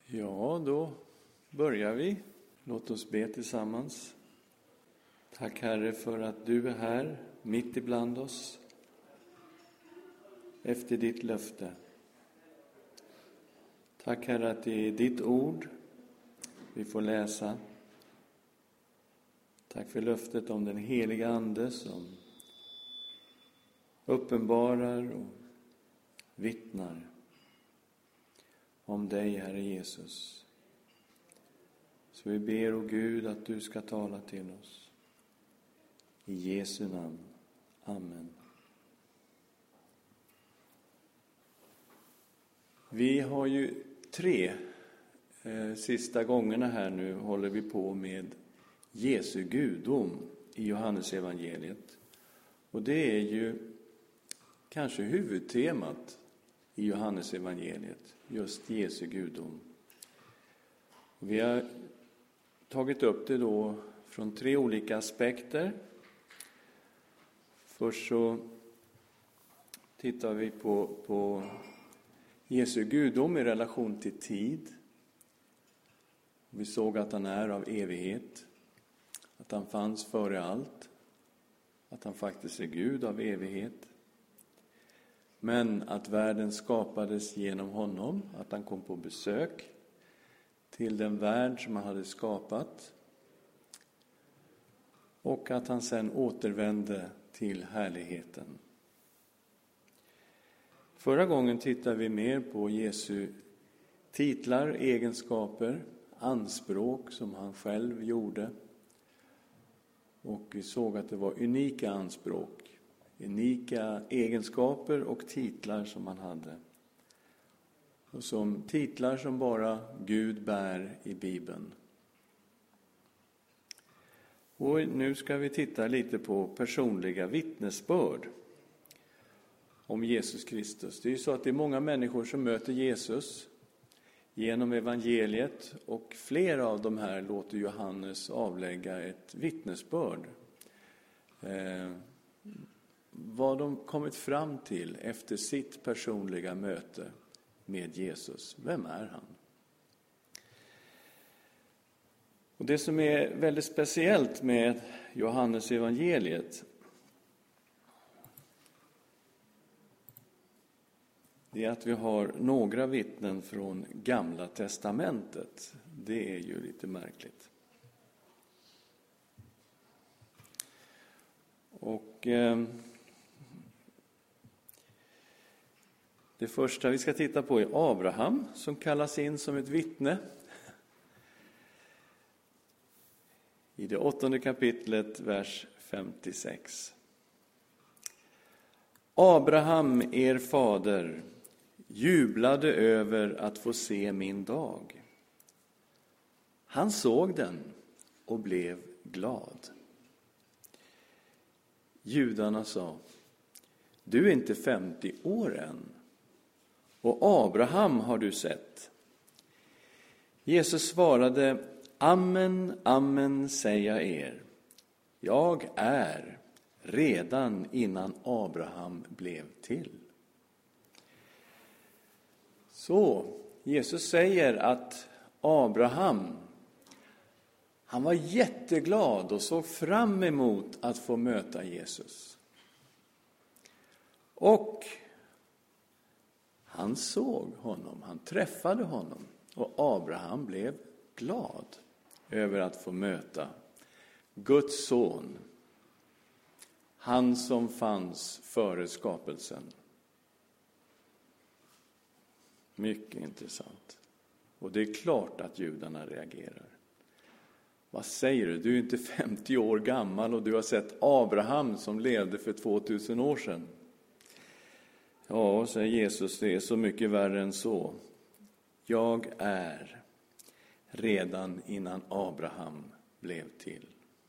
Ja, då börjar vi. Låt oss be tillsammans. Tack Herre för att du är här mitt ibland oss efter ditt löfte. Tack Herre att det är ditt ord vi får läsa. Tack för löftet om den heliga Ande som uppenbarar och vittnar om dig, Herre Jesus. Så vi ber, o Gud, att du ska tala till oss. I Jesu namn. Amen. Vi har ju sista gångerna här nu håller vi på med Jesu gudom i Johannes evangeliet. Och det är ju kanske huvudtemat i Johannes evangeliet, just Jesu gudom. Vi har tagit upp det då från 3 olika aspekter. Först så tittar vi på Jesu gudom i relation till tid. Vi såg att han är av evighet, att han fanns före allt, att han faktiskt är Gud av evighet. Men att världen skapades genom honom, att han kom på besök till den värld som han hade skapat. Och att han sen återvände till härligheten. Förra gången tittade vi mer på Jesu titlar, egenskaper, anspråk som han själv gjorde. Och vi såg att det var unika anspråk, unika egenskaper och titlar som han hade. Och som titlar som bara Gud bär i Bibeln. Och nu ska vi titta lite på personliga vittnesbörd om Jesus Kristus. Det är ju så att det är många människor som möter Jesus genom evangeliet. Och flera av de här låter Johannes avlägga ett vittnesbörd. Vad de kommit fram till efter sitt personliga möte med Jesus. Vem är han? Och det som är väldigt speciellt med Johannes evangeliet, det är att vi har några vittnen från Gamla testamentet. Det är ju lite märkligt. Och det första vi ska titta på är Abraham som kallas in som ett vittne. I det 8:e kapitlet, vers 56. Abraham, er fader, jublade över att få se min dag. Han såg den och blev glad. Judarna sa: du är inte 50 år än, och Abraham har du sett. Jesus svarade: amen, amen säger jag er. Jag är redan innan Abraham blev till. Så Jesus säger att Abraham, han var jätteglad och såg fram emot att få möta Jesus. Och han såg honom, han träffade honom, och Abraham blev glad över att få möta Guds son, han som fanns före skapelsen. Mycket intressant. Och det är klart att judarna reagerar. Vad säger du? Du är inte 50 år gammal och du har sett Abraham som levde för 2000 år sedan. Ja, säger Jesus, det är så mycket värre än så. Jag är redan innan Abraham blev till.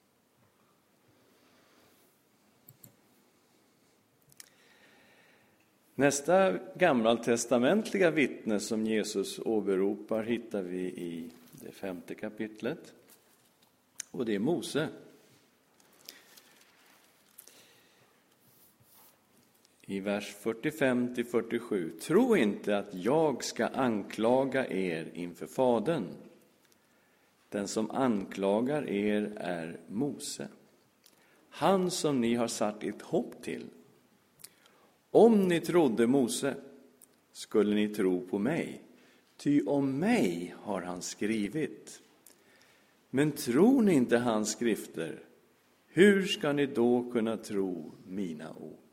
Nästa gammaltestamentliga vittne som Jesus åberopar hittar vi i det 5:e kapitlet. Och det är Mose. i vers 45-47. Tro inte att jag ska anklaga er inför Fadern. Den som anklagar er är Mose, han som ni har satt ert hopp till. Om ni trodde Mose skulle ni tro på mig, ty om mig har han skrivit. Men tror ni inte hans skrifter, hur ska ni då kunna tro mina ord?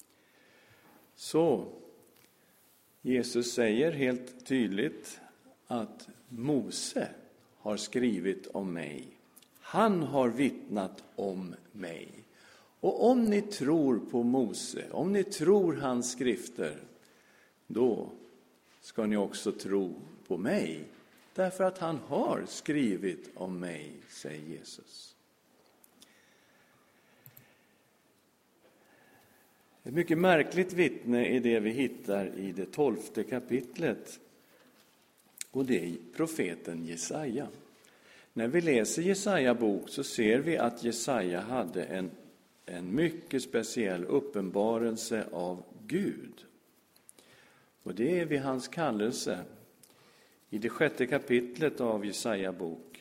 Så Jesus säger helt tydligt att Mose har skrivit om mig. Han har vittnat om mig. Och om ni tror på Mose, om ni tror hans skrifter, då ska ni också tro på mig. Därför att han har skrivit om mig, säger Jesus. Ett mycket märkligt vittne är det vi hittar i det 12:e kapitlet. Och det är profeten Jesaja. När vi läser Jesaja bok så ser vi att Jesaja hade en mycket speciell uppenbarelse av Gud. Och det är vid hans kallelse i det 6:e kapitlet av Jesaja bok.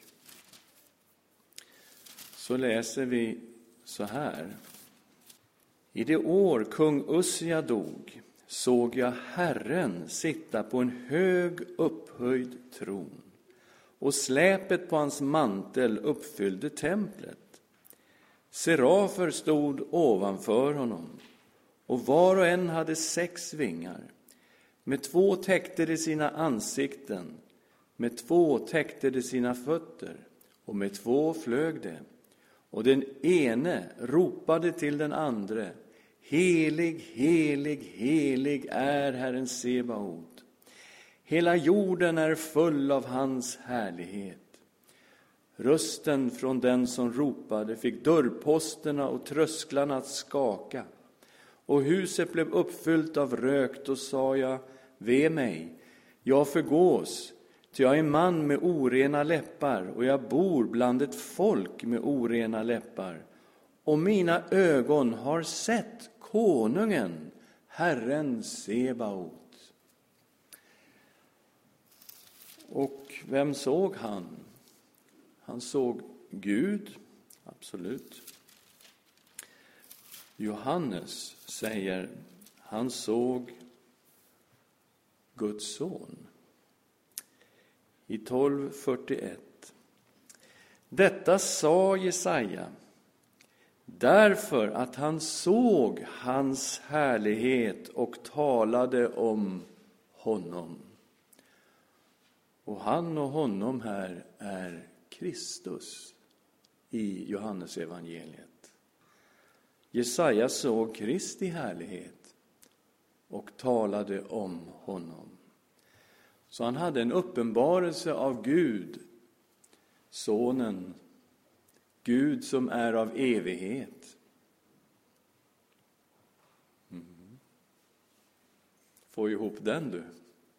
Så läser vi så här. I det år kung Ussia dog såg jag Herren sitta på en hög upphöjd tron, och släpet på hans mantel uppfyllde templet. Serafer stod ovanför honom, och var och en hade 6 vingar. Med 2 täckte de sina ansikten, med 2 täckte de sina fötter, och med 2 flög de. Och den ene ropade till den andre: Helig, helig, helig är Herren Sebaot. Hela jorden är full av hans härlighet. Rösten från den som ropade fick dörrposterna och trösklarna att skaka. Och huset blev uppfyllt av rök. Då sa jag: ve mig, jag förgås, ty jag är man med orena läppar, och jag bor bland ett folk med orena läppar. Och mina ögon har sett konungen, Herren Sebaot. Och vem såg han? Han såg Gud, absolut. Johannes säger han såg Guds son. I 12:41. Detta sa Jesaja därför att han såg hans härlighet och talade om honom. Och han och honom här är Kristus i Johannes evangeliet. Jesaja såg Kristi härlighet och talade om honom. Så han hade en uppenbarelse av Gud, sonen, Gud som är av evighet. Få ihop den du.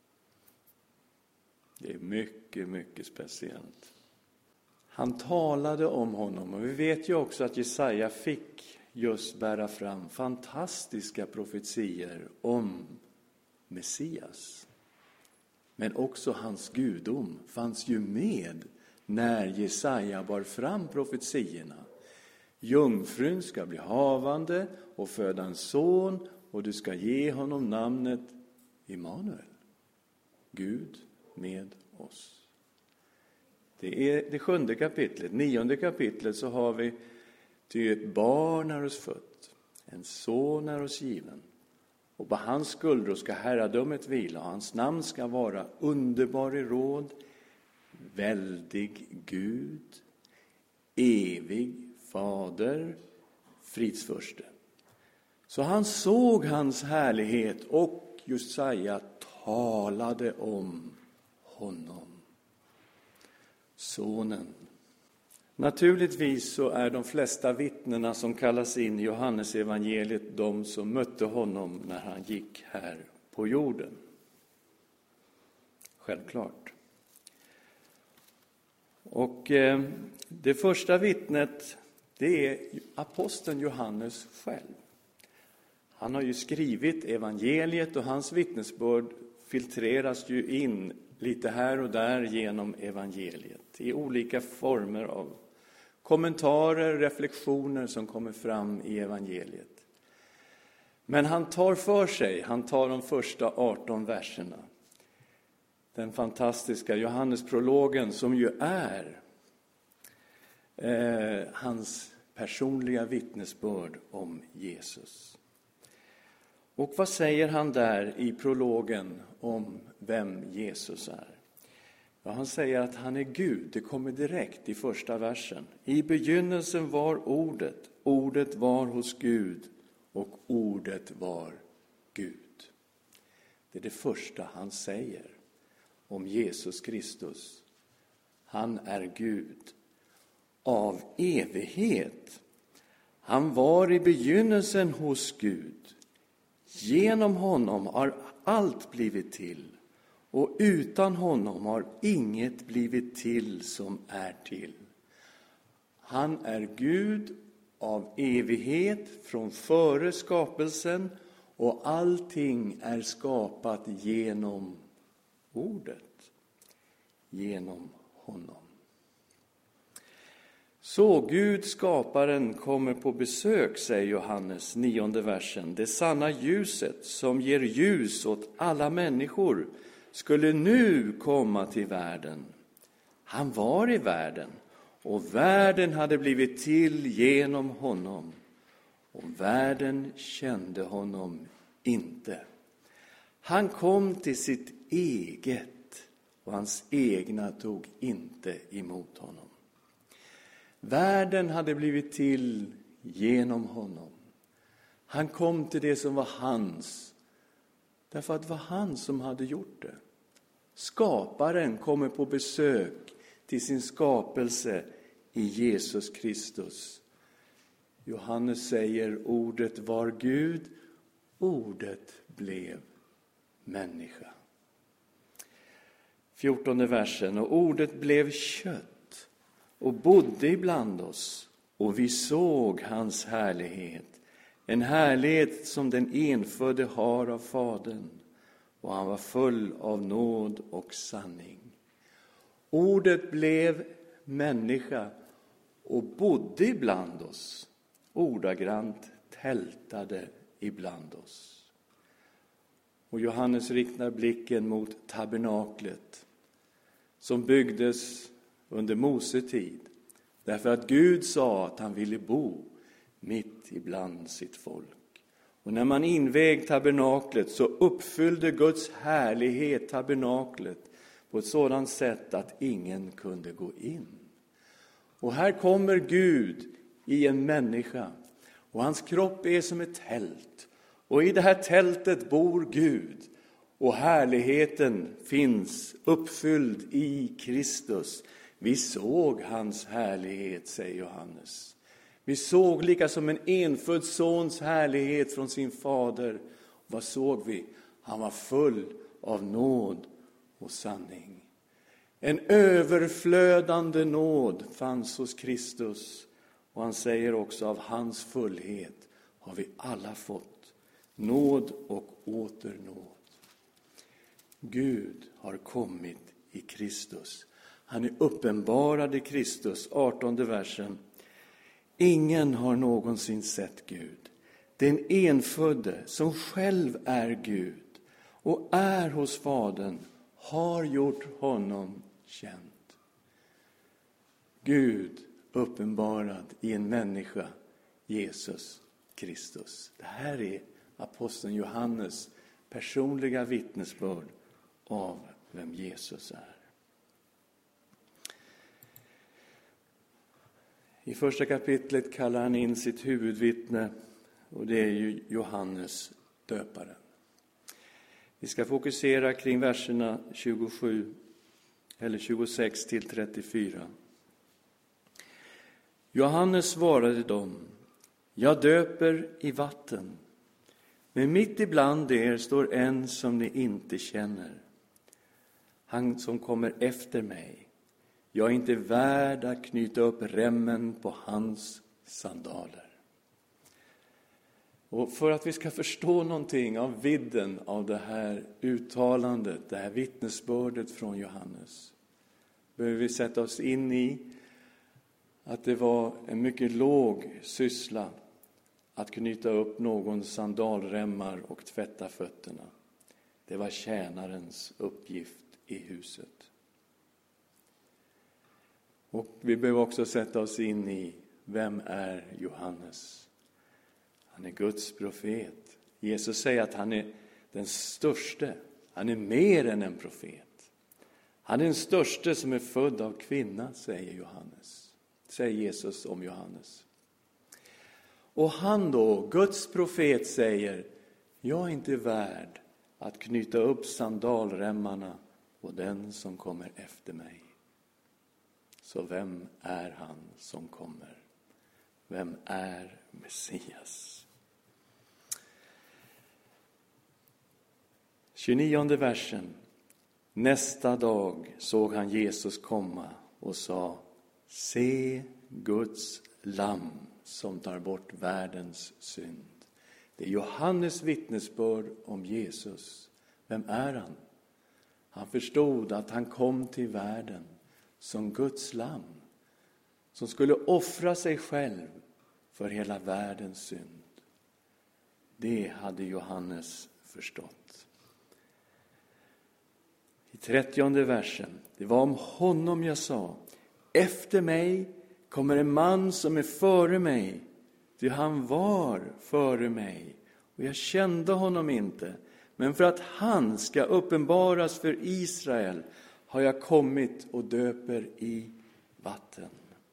Det är mycket, mycket speciellt. Han talade om honom, och vi vet ju också att Jesaja fick just bära fram fantastiska profetier om Messias. Men också hans gudom fanns ju med när Jesaja bar fram profetierna. Jungfrun ska bli havande och föda en son, och du ska ge honom namnet Immanuel. Gud med oss. Det är det 7:e kapitlet. 9:e kapitlet så har vi: ty ett barn är oss fött, en son är oss given, och på hans skuldror ska herradömet vila, och hans namn ska vara underbar i råd, väldig Gud, evig fader, fridsförste. Så han såg hans härlighet, och Jesaja talade om honom, sonen. Naturligtvis så är de flesta vittnena som kallas in i Johannes evangeliet de som mötte honom när han gick här på jorden. Självklart. Och det första vittnet, det är aposteln Johannes själv. Han har ju skrivit evangeliet och hans vittnesbörd filtreras ju in lite här och där genom evangeliet. I olika former av kommentarer, reflektioner som kommer fram i evangeliet. Men han tar de första 18 verserna. Den fantastiska Johannesprologen som ju är hans personliga vittnesbörd om Jesus. Och vad säger han där i prologen om vem Jesus är? Ja, han säger att han är Gud. Det kommer direkt i första versen. I begynnelsen var ordet. Ordet var hos Gud och ordet var Gud. Det är det första han säger om Jesus Kristus. Han är Gud av evighet. Han var i begynnelsen hos Gud. Genom honom har allt blivit till. Och utan honom har inget blivit till som är till. Han är Gud av evighet från före skapelsen. Och allting är skapat genom ordet. Genom honom. Så Gud skaparen kommer på besök, säger Johannes 9:e versen. Det sanna ljuset som ger ljus åt alla människor skulle nu komma till världen. Han var i världen och världen hade blivit till genom honom. Och världen kände honom inte. Han kom till sitt eget och hans egna tog inte emot honom. Världen hade blivit till genom honom. Han kom till det som var hans. Därför att det var han som hade gjort det. Skaparen kommer på besök till sin skapelse i Jesus Kristus. Johannes säger ordet var Gud. Ordet blev människa. 14:e versen. Och ordet blev kött och bodde ibland oss, och vi såg hans härlighet. En härlighet som den enfödde har av Fadern, och han var full av nåd och sanning. Ordet blev människa och bodde ibland oss, ordagrant tältade ibland oss. Och Johannes riktar blicken mot tabernaklet som byggdes under Mose tid. Därför att Gud sa att han ville bo mitt ibland sitt folk. Och när man invig tabernaklet så uppfyllde Guds härlighet tabernaklet på ett sådant sätt att ingen kunde gå in. Och här kommer Gud i en människa. Och hans kropp är som ett tält. Och i det här tältet bor Gud. Och härligheten finns uppfylld i Kristus. Vi såg hans härlighet, säger Johannes. Vi såg lika som en enfödd sons härlighet från sin fader. Vad såg vi? Han var full av nåd och sanning. En överflödande nåd fanns hos Kristus. Och han säger också av hans fullhet har vi alla fått nåd och åter nåd. Gud har kommit i Kristus. Han är uppenbarad i Kristus, 18:e versen. Ingen har någonsin sett Gud. Den enfödde som själv är Gud och är hos Fadern har gjort honom känd. Gud uppenbarad i en människa, Jesus Kristus. Det här är aposteln Johannes personliga vittnesbörd av vem Jesus är. I första kapitlet kallar han in sitt huvudvittne, och det är ju Johannes döparen. Vi ska fokusera kring verserna 27 eller 26 till 34. Johannes svarade dem: jag döper i vatten, men mitt ibland er står en som ni inte känner. Han som kommer efter mig. Jag är inte värd att knyta upp remmen på hans sandaler. Och för att vi ska förstå någonting av vidden av det här uttalandet, det här vittnesbördet från Johannes, behöver vi sätta oss in i att det var en mycket låg syssla att knyta upp någons sandalremmar och tvätta fötterna. Det var tjänarens uppgift i huset. Och vi behöver också sätta oss in i, vem är Johannes? Han är Guds profet. Jesus säger att han är den störste. Han är mer än en profet. Han är den störste som är född av kvinna, säger Johannes. Säger Jesus om Johannes. Och han då, Guds profet, säger, jag är inte värd att knyta upp sandalremmarna på den som kommer efter mig. Så vem är han som kommer? Vem är Messias? 29:e versen. Nästa dag såg han Jesus komma och sa, se Guds lamm som tar bort världens synd. Det är Johannes vittnesbörd om Jesus. Vem är han? Han förstod att han kom till världen som Guds lamm, som skulle offra sig själv för hela världens synd. Det hade Johannes förstått. I 30:e versen, det var om honom jag sa, efter mig kommer en man som är före mig, ty han var före mig, och jag kände honom inte, men för att han ska uppenbaras för Israel har jag kommit och döper i vatten.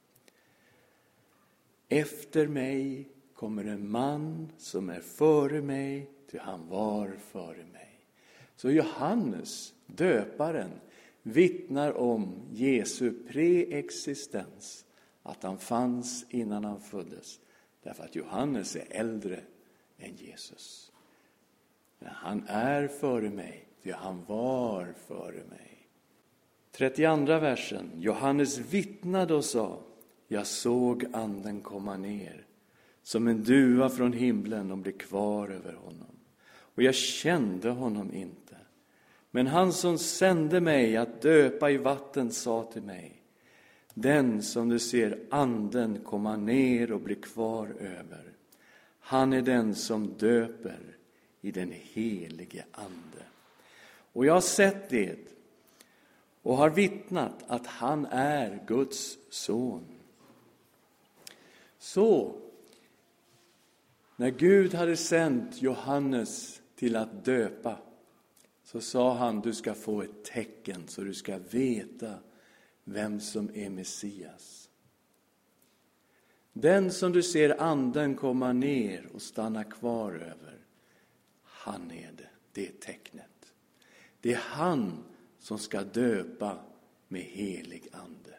Efter mig kommer en man som är före mig, ty han var före mig. Så Johannes, döparen, vittnar om Jesu preexistens, att han fanns innan han föddes. Därför att Johannes är äldre än Jesus. Men han är före mig, ty han var före mig. 32:a versen. Johannes vittnade och sa, jag såg anden komma ner som en duva från himlen och blev kvar över honom. Och jag kände honom inte. Men han som sände mig att döpa i vatten sa till mig, den som du ser anden komma ner och bli kvar över, han är den som döper i den helige ande. Och jag har sett det och har vittnat att han är Guds son. Så, när Gud hade sänt Johannes till att döpa, så sa han, du ska få ett tecken så du ska veta vem som är Messias. Den som du ser anden komma ner och stanna kvar över, han är det. Det är tecknet. Det är han som ska döpa med helig ande.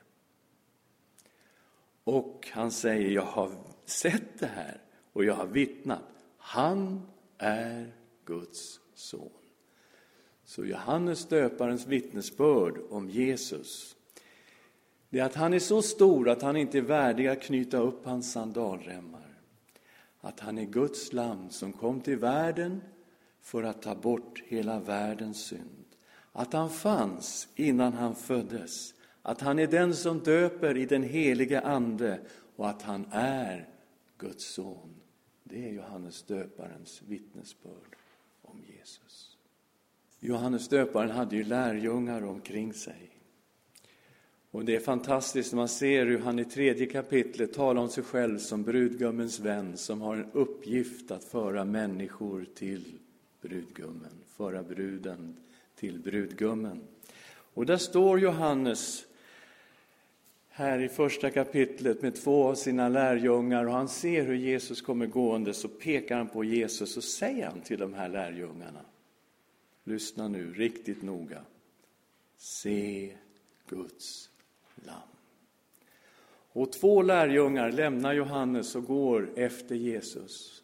Och han säger, jag har sett det här och jag har vittnat. Han är Guds son. Så Johannes döparens vittnesbörd om Jesus, det är att han är så stor att han inte är värdig att knyta upp hans sandalremmar. Att han är Guds lamm som kom till världen för att ta bort hela världens synd. Att han fanns innan han föddes. Att han är den som döper i den helige ande och att han är Guds son. Det är Johannes döparens vittnesbörd om Jesus. Johannes döparen hade ju lärjungar omkring sig. Och det är fantastiskt när man ser hur han i 3:e kapitlet talar om sig själv som brudgummens vän, som har en uppgift att föra människor till brudgummen, föra bruden till brudgummen. Och där står Johannes här i 1:a kapitlet med 2 av sina lärjungar, och han ser hur Jesus kommer gående, så pekar han på Jesus och säger han till de här lärjungarna, lyssna nu riktigt noga, se Guds lamm. Och 2 lärjungar lämnar Johannes och går efter Jesus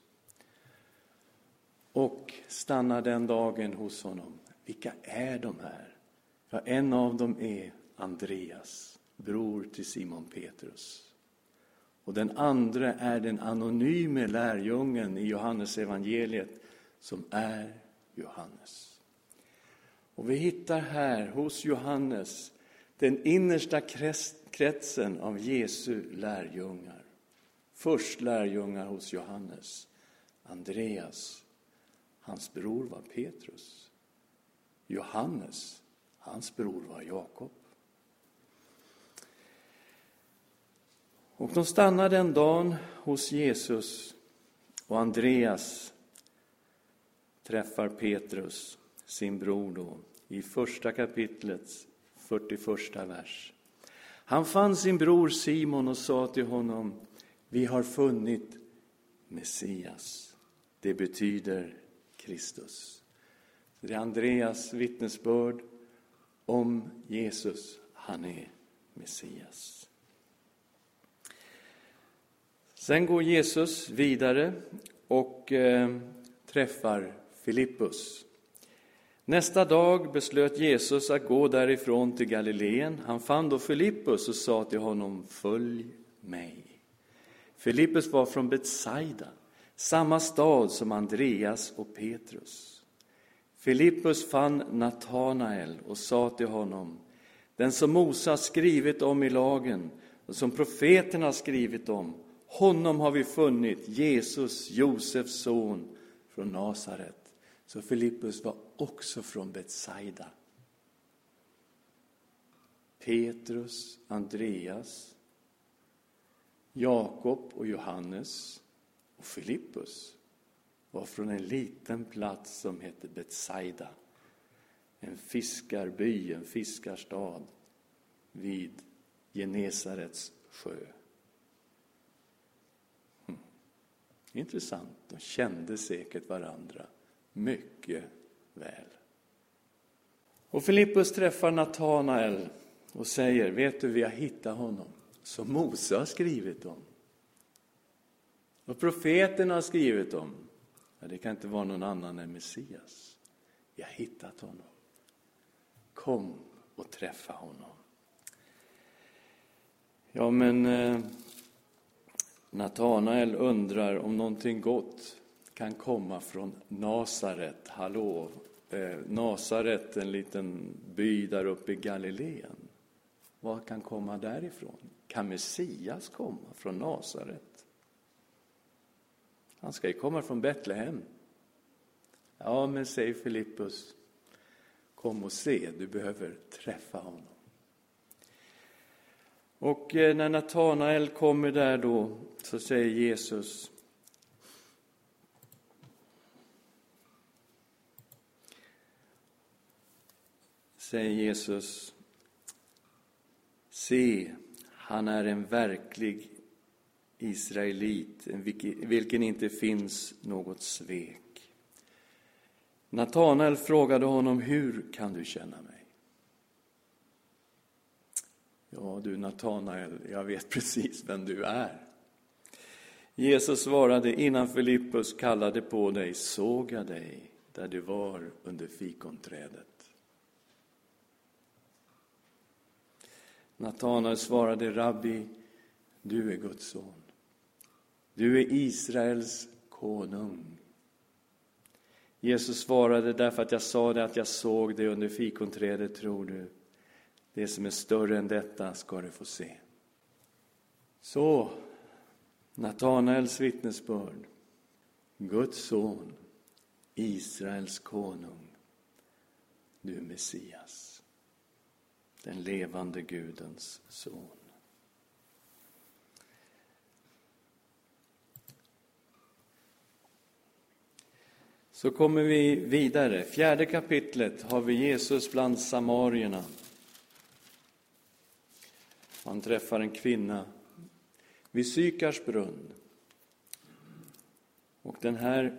och stannar den dagen hos honom. Vilka är de här? Ja, en av dem är Andreas, bror till Simon Petrus. Och den andra är den anonyme lärjungen i Johannes evangeliet som är Johannes. Och vi hittar här hos Johannes den innersta kretsen av Jesu lärjungar. Först lärjungar hos Johannes, Andreas. Hans bror var Petrus. Johannes, hans bror var Jakob. Och de stannade en dag hos Jesus och Andreas träffar Petrus, sin bror då, i första kapitlets 41 vers. Han fann sin bror Simon och sa till honom: vi har funnit Messias. Det betyder Kristus. Det är Andreas vittnesbörd om Jesus. Han är Messias. Sen går Jesus vidare och träffar Filippus. Nästa dag beslöt Jesus att gå därifrån till Galileen. Han fann då Filippus och sa till honom: följ mig. Filippus var från Betsaida, samma stad som Andreas och Petrus. Filippus fann Natanael och sa till honom: den som Mose har skrivit om i lagen och som profeterna har skrivit om, honom har vi funnit, Jesus, Josefs son från Nasaret. Så Filippus var också från Betsaida. Petrus, Andreas, Jakob och Johannes och Filippus var från en liten plats som heter Betsaida. En fiskarby, en fiskarstad vid Genesarets sjö. Intressant, de kände säkert varandra mycket väl. Och Filippus träffar Natanael och säger: vet du, vi har hittat honom som Mose har skrivit om. Och profeterna har skrivit om. Ja, det kan inte vara någon annan än Messias. Vi har hittat honom. Kom och träffa honom. Ja, men Natanael undrar om någonting gott kan komma från Nasaret. Hallå, Nasaret, en liten by där uppe i Galileen. Vad kan komma därifrån? Kan Messias komma från Nasaret? Han ska ju komma från Betlehem. Ja, men säger Filippus, kom och se, du behöver träffa honom. Och när Natanael kommer där då, så säger Jesus: se, han är en verklig israelit, vilken inte finns något svek. Natanael frågade honom: hur kan du känna mig? Ja du Natanael, jag vet precis vem du är. Jesus svarade: innan Filippus kallade på dig såg jag dig där du var under fikonträdet. Natanael svarade: Rabbi, du är Guds son. Du är Israels konung. Jesus svarade: därför att jag sa det att jag såg dig under fikonträdet tror du. Det som är större än detta ska du få se. Så, Natanaels vittnesbörd. Guds son, Israels konung. Du är Messias. Den levande Gudens son. Så kommer vi vidare. 4:e kapitlet har vi Jesus bland samarierna. Han träffar en kvinna vid Sykars brunn. Och den här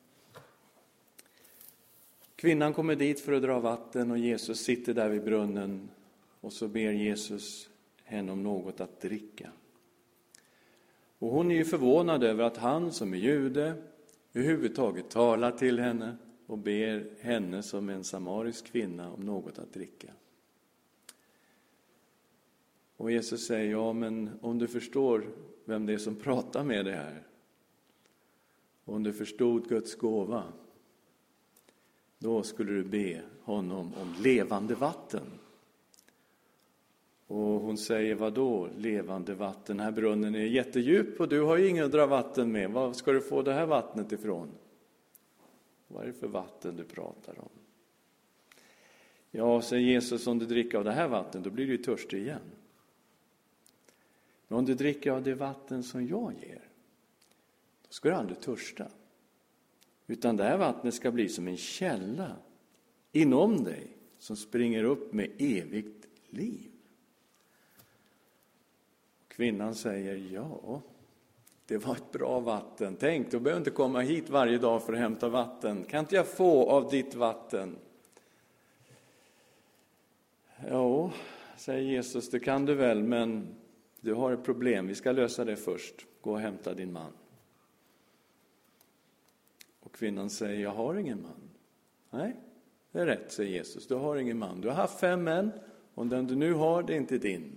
kvinnan kommer dit för att dra vatten och Jesus sitter där vid brunnen. Och så ber Jesus henne om något att dricka. Och hon är ju förvånad över att han som är jude överhuvudtaget talar till henne och ber henne som en samarisk kvinna om något att dricka. Och Jesus säger, ja men om du förstår vem det är som pratar med dig här. Om du förstod Guds gåva, då skulle du be honom om levande vatten. Och hon säger, vad då levande vatten? Den här brunnen är jättedjup och du har ju ingen att dra vatten med. Var ska du få det här vattnet ifrån? Vad är det för vatten du pratar om? Ja, säger Jesus, om du dricker av det här vattnet, då blir du ju törstig igen. Men om du dricker av det vatten som jag ger, då ska du aldrig törsta. Utan det här vattnet ska bli som en källa inom dig som springer upp med evigt liv. Kvinnan säger, ja, det var ett bra vatten. Tänk, du behöver inte komma hit varje dag för att hämta vatten. Kan inte jag få av ditt vatten? Ja, säger Jesus, det kan du väl, men du har ett problem. Vi ska lösa det först. Gå och hämta din man. Och kvinnan säger, jag har ingen man. Nej, det är rätt, säger Jesus. Du har ingen man. Du har haft 5 män och den du nu har, det är inte din.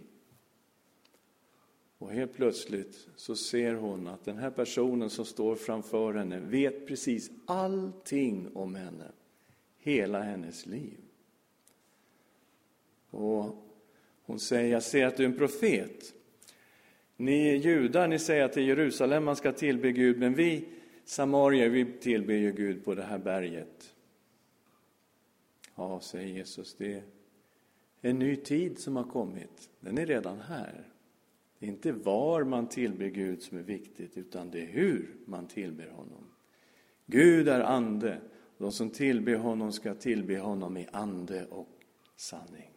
Och helt plötsligt så ser hon att den här personen som står framför henne vet precis allting om henne. Hela hennes liv. Och hon säger, jag ser att du är en profet. Ni judar, ni säger att det är Jerusalem man ska tillbe Gud, men vi samarier, vi tillber ju Gud på det här berget. Ja, säger Jesus, det är en ny tid som har kommit. Den är redan här. Det är inte var man tillber Gud som är viktigt, utan det är hur man tillber honom. Gud är ande. De som tillber honom ska tillbe honom i ande och sanning.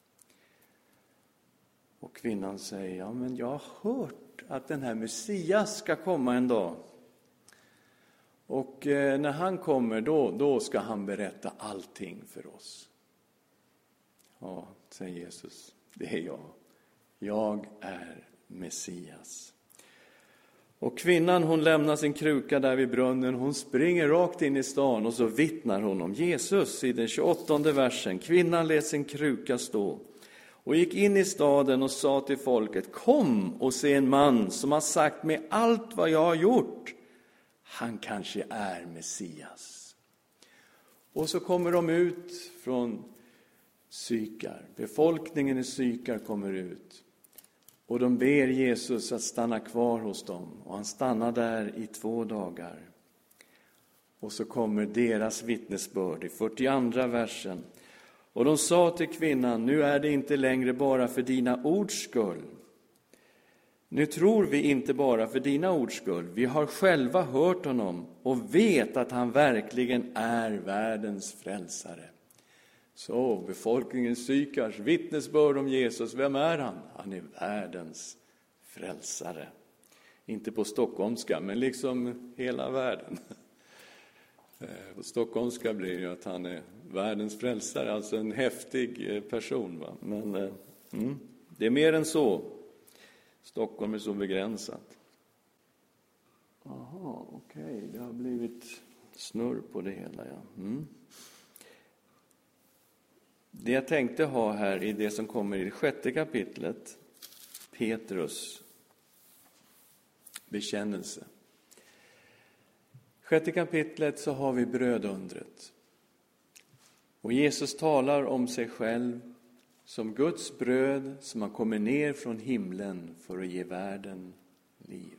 Och kvinnan säger, ja men jag har hört att den här Messias ska komma en dag. Och när han kommer då ska han berätta allting för oss. Ja, säger Jesus, det är jag. Jag är Messias. Och kvinnan, hon lämnar sin kruka där vid brunnen. Hon springer rakt in i stan och så vittnar hon om Jesus i den 28:e versen. Kvinnan lät sin kruka stå och gick in i staden och sa till folket, kom och se en man som har sagt mig allt vad jag har gjort. Han kanske är Messias. Och så kommer de ut från Sykar. Befolkningen i Sykar kommer ut. Och de ber Jesus att stanna kvar hos dem. Och han stannar där i 2 dagar. Och så kommer deras vittnesbörd i 42:a versen. Och de sa till kvinnan, nu är det inte längre bara för dina ords skull. Nu tror vi inte bara för dina ords skull. Vi har själva hört honom och vet att han verkligen är världens frälsare. Så befolkningen Sykars vittnesbörd om Jesus, vem är han? Han är världens frälsare. Inte på stockholmska, men liksom hela världen. På stockholmska blir det att han är världens frälsare, alltså en häftig person. Va? Men det är mer än så. Stockholm är så begränsat. Jaha, okej. Det har blivit snurr på det hela. Ja. Det jag tänkte ha här i det som kommer i det 6:e kapitlet, Petrus bekännelse. 6:e kapitlet så har vi brödundret. Och Jesus talar om sig själv som Guds bröd som har kommit ner från himlen för att ge världen liv.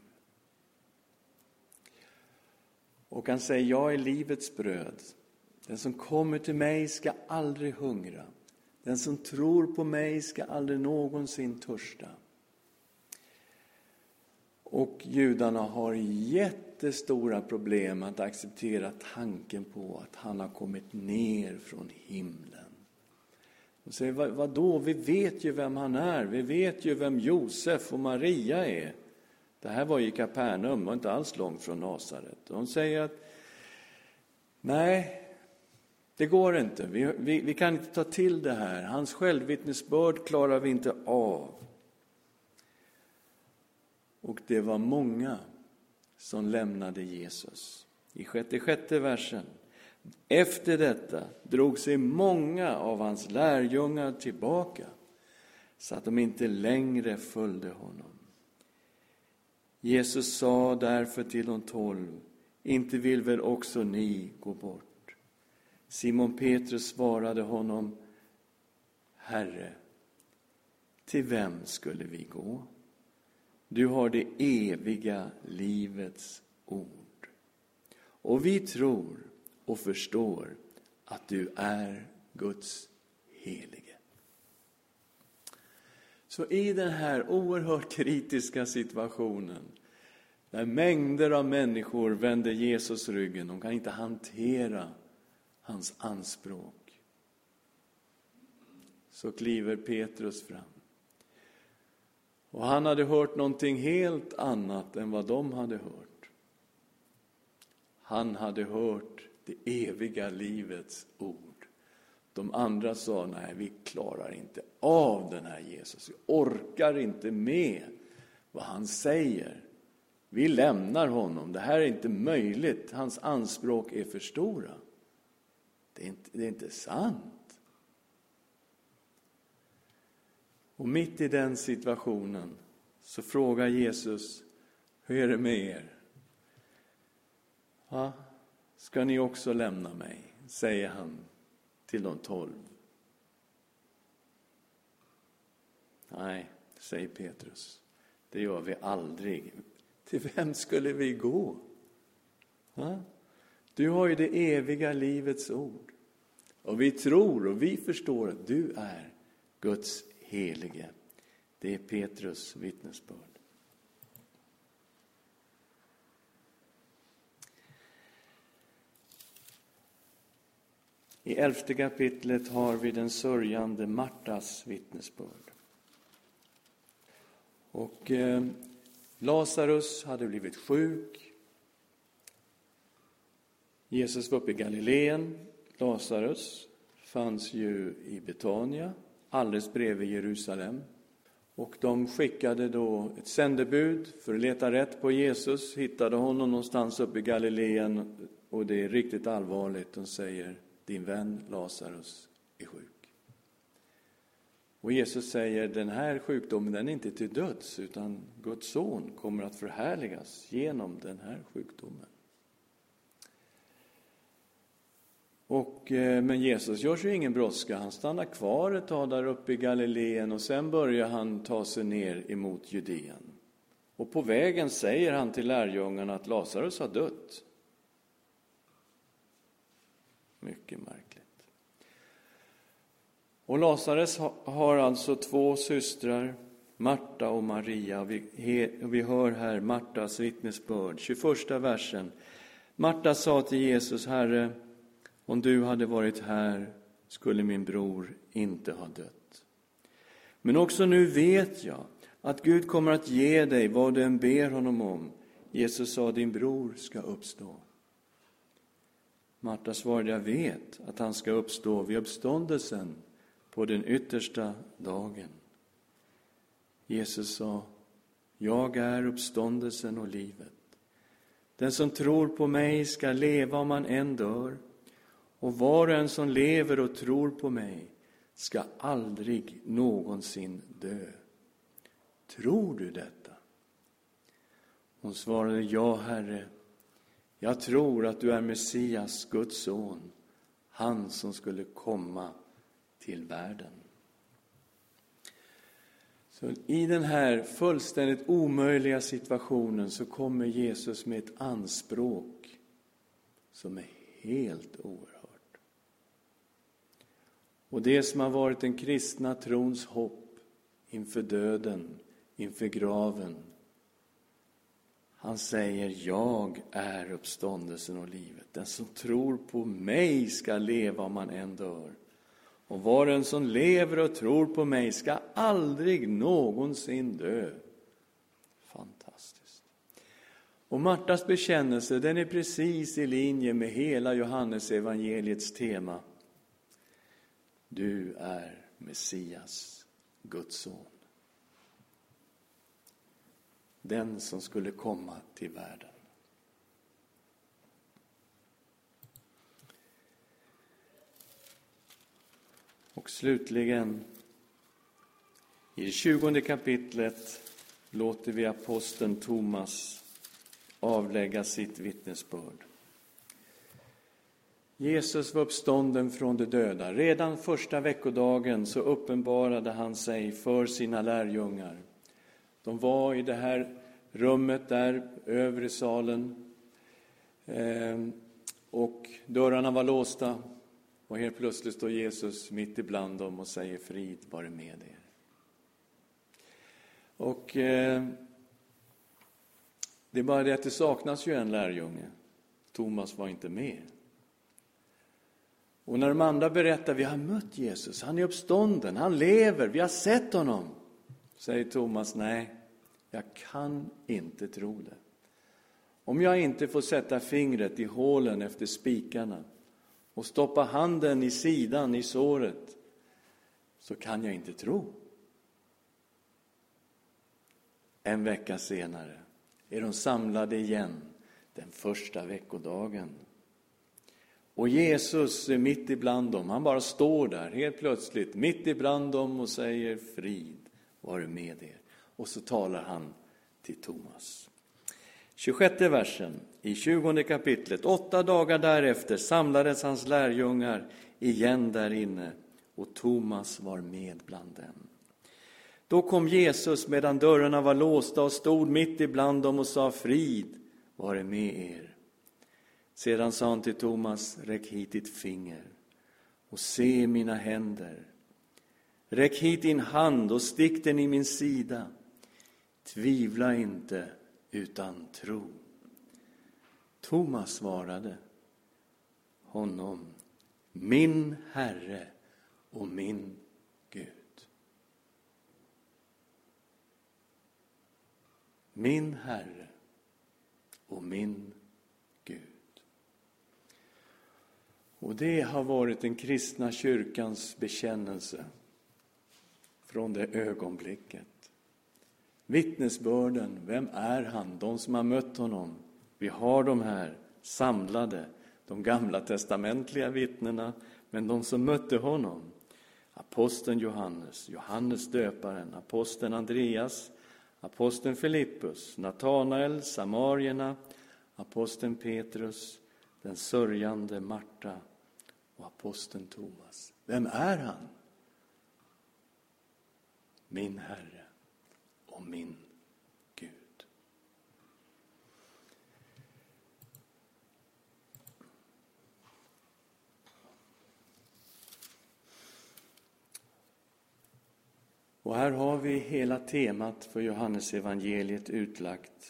Och han säger, jag är livets bröd. Den som kommer till mig ska aldrig hungra. Den som tror på mig ska aldrig någonsin törsta. Och judarna har jättestora problem att acceptera tanken på att han har kommit ner från himlen. De säger, vadå? Vi vet ju vem han är. Vi vet ju vem Josef och Maria är. Det här var i Kapernaum, var inte alls långt från Nasaret. De säger att nej, det går inte. Vi kan inte ta till det här. Hans självvittnesbörd klarar vi inte av. Och det var många som lämnade Jesus. I 6:e versen. Efter detta drog sig många av hans lärjungar tillbaka. så att de inte längre följde honom. Jesus sa därför till de 12, inte vill väl också ni gå bort? Simon Petrus svarade honom, Herre, till vem skulle vi gå? Du har det eviga livets ord. Och vi tror och förstår att du är Guds helige. Så i den här oerhört kritiska situationen, där mängder av människor vänder Jesus ryggen, de kan inte hantera hans anspråk, så kliver Petrus fram. Och han hade hört någonting helt annat än vad de hade hört. Han hade hört det eviga livets ord. De andra sa, nej, vi klarar inte av den här Jesus. Vi orkar inte med vad han säger. Vi lämnar honom. Det här är inte möjligt. Hans anspråk är för stora. Det är inte sant. Och mitt i den situationen så frågar Jesus, hur är det med er? Ja, ska ni också lämna mig? Säger han till de 12. Nej, säger Petrus. Det gör vi aldrig. Till vem skulle vi gå? Ja? Du har ju det eviga livets ord. Och vi tror och vi förstår att du är Guds helige. Det är Petrus vittnesbörd. I 11:e kapitlet har vi den sörjande Martas vittnesbörd. Och Lazarus hade blivit sjuk. Jesus var uppe i Galileen. Lazarus fanns ju i Betania, alldeles bredvid Jerusalem. Och de skickade då ett sändebud för att leta rätt på Jesus. Hittade honom någonstans uppe i Galileen, och det är riktigt allvarligt. De säger, din vän Lazarus är sjuk. Och Jesus säger, den här sjukdomen, den är inte till döds, utan Guds son kommer att förhärligas genom den här sjukdomen. Men Jesus gör sig ingen brådska. Han stannar kvar ett tag där uppe i Galileen, och sen börjar han ta sig ner emot Judeen. Och på vägen säger han till lärjungarna att Lazarus har dött. Mycket märkligt. Och Lazarus har alltså 2 systrar, Marta och Maria. Vi hör här Martas vittnesbörd, 21 versen. Marta sa till Jesus, Herre, om du hade varit här skulle min bror inte ha dött. Men också nu vet jag att Gud kommer att ge dig vad du än ber honom om. Jesus sa, din bror ska uppstå. Marta svarade, jag vet att han ska uppstå vid uppståndelsen på den yttersta dagen. Jesus sa, jag är uppståndelsen och livet. Den som tror på mig ska leva om han än dör. Och var och en som lever och tror på mig ska aldrig någonsin dö. Tror du detta? Hon svarade, ja, Herre. Jag tror att du är Messias, Guds son, han som skulle komma till världen. Så i den här fullständigt omöjliga situationen så kommer Jesus med ett anspråk som är helt oerhört. Och det som har varit den kristna trons hopp inför döden, inför graven. Han säger, jag är uppståndelsen och livet. Den som tror på mig ska leva om han än dör. Och var en som lever och tror på mig ska aldrig någonsin dö. Fantastiskt. Och Martas bekännelse, den är precis i linje med hela Johannes evangeliets tema. Du är Messias, Guds son. Den som skulle komma till världen. Och slutligen I det 20:e kapitlet låter vi aposteln Thomas avlägga sitt vittnesbörd. Jesus var uppstånden från de döda. Redan första veckodagen så uppenbarade han sig för sina lärjungar. De var i det här rummet där, övre salen. Och dörrarna var låsta. Och helt plötsligt står Jesus mitt ibland dem och säger: frid vare med er. Och det är bara det att det saknas ju en lärjunge. Thomas var inte med. Och när de andra berättar: vi har mött Jesus, han är uppstånden, han lever, vi har sett honom. Säger Thomas: nej, jag kan inte tro det. Om jag inte får sätta fingret i hålen efter spikarna och stoppa handen i sidan i såret, så kan jag inte tro. En vecka senare är de samlade igen den första veckodagen. Och Jesus är mitt ibland dem. Han bara står där helt plötsligt mitt ibland dem och säger: frid vare med er. Och så talar han till Thomas. 26:e versen i 20:e kapitlet. 8 dagar därefter samlades hans lärjungar igen där inne, och Thomas var med bland dem. Då kom Jesus medan dörrarna var låsta och stod mitt ibland dem och sa: frid vare med er. Sedan sa han till Thomas: räck hit ditt finger och se mina händer. Räck hit din hand och stick den i min sida. Tvivla inte utan tro. Thomas svarade honom: min Herre och min Gud. Min Herre och min Gud. Och det har varit den kristna kyrkans bekännelse från det ögonblicket. Vittnesbörden, vem är han? De som har mött honom. Vi har de här samlade, de gamla testamentliga vittnena, men de som mötte honom. Aposteln Johannes, Johannes döparen, aposteln Andreas, aposteln Filippus, Natanael, samarierna, aposteln Petrus, den sörjande Marta och aposteln Thomas. Vem är han? Min Herre och min Gud. Och här har vi hela temat för Johannes evangeliet utlagt.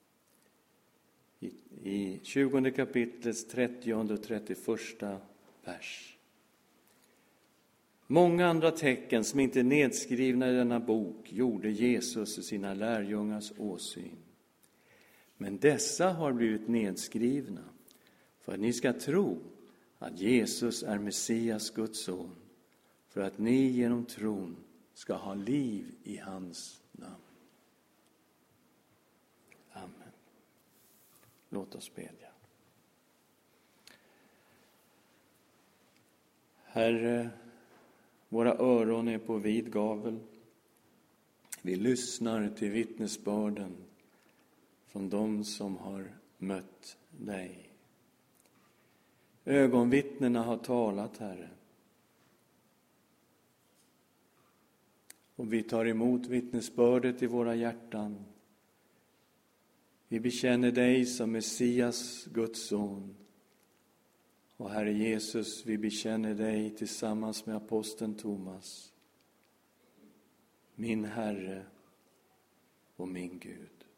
I 20 kapitlets 30 och 31 vers. Många andra tecken som inte är nedskrivna i denna bok gjorde Jesus i sina lärjungars åsyn. Men dessa har blivit nedskrivna för att ni ska tro att Jesus är Messias, Guds son, för att ni genom tron ska ha liv i hans namn. Amen. Låt oss bedja. Herre, våra öron är på vid gavel. Vi lyssnar till vittnesbörden från dem som har mött dig. Ögonvittnena har talat, Herre. Och vi tar emot vittnesbördet i våra hjärtan. Vi bekänner dig som Messias, Guds son. Och Herre Jesus, vi bekänner dig tillsammans med aposteln Thomas. Min Herre och min Gud.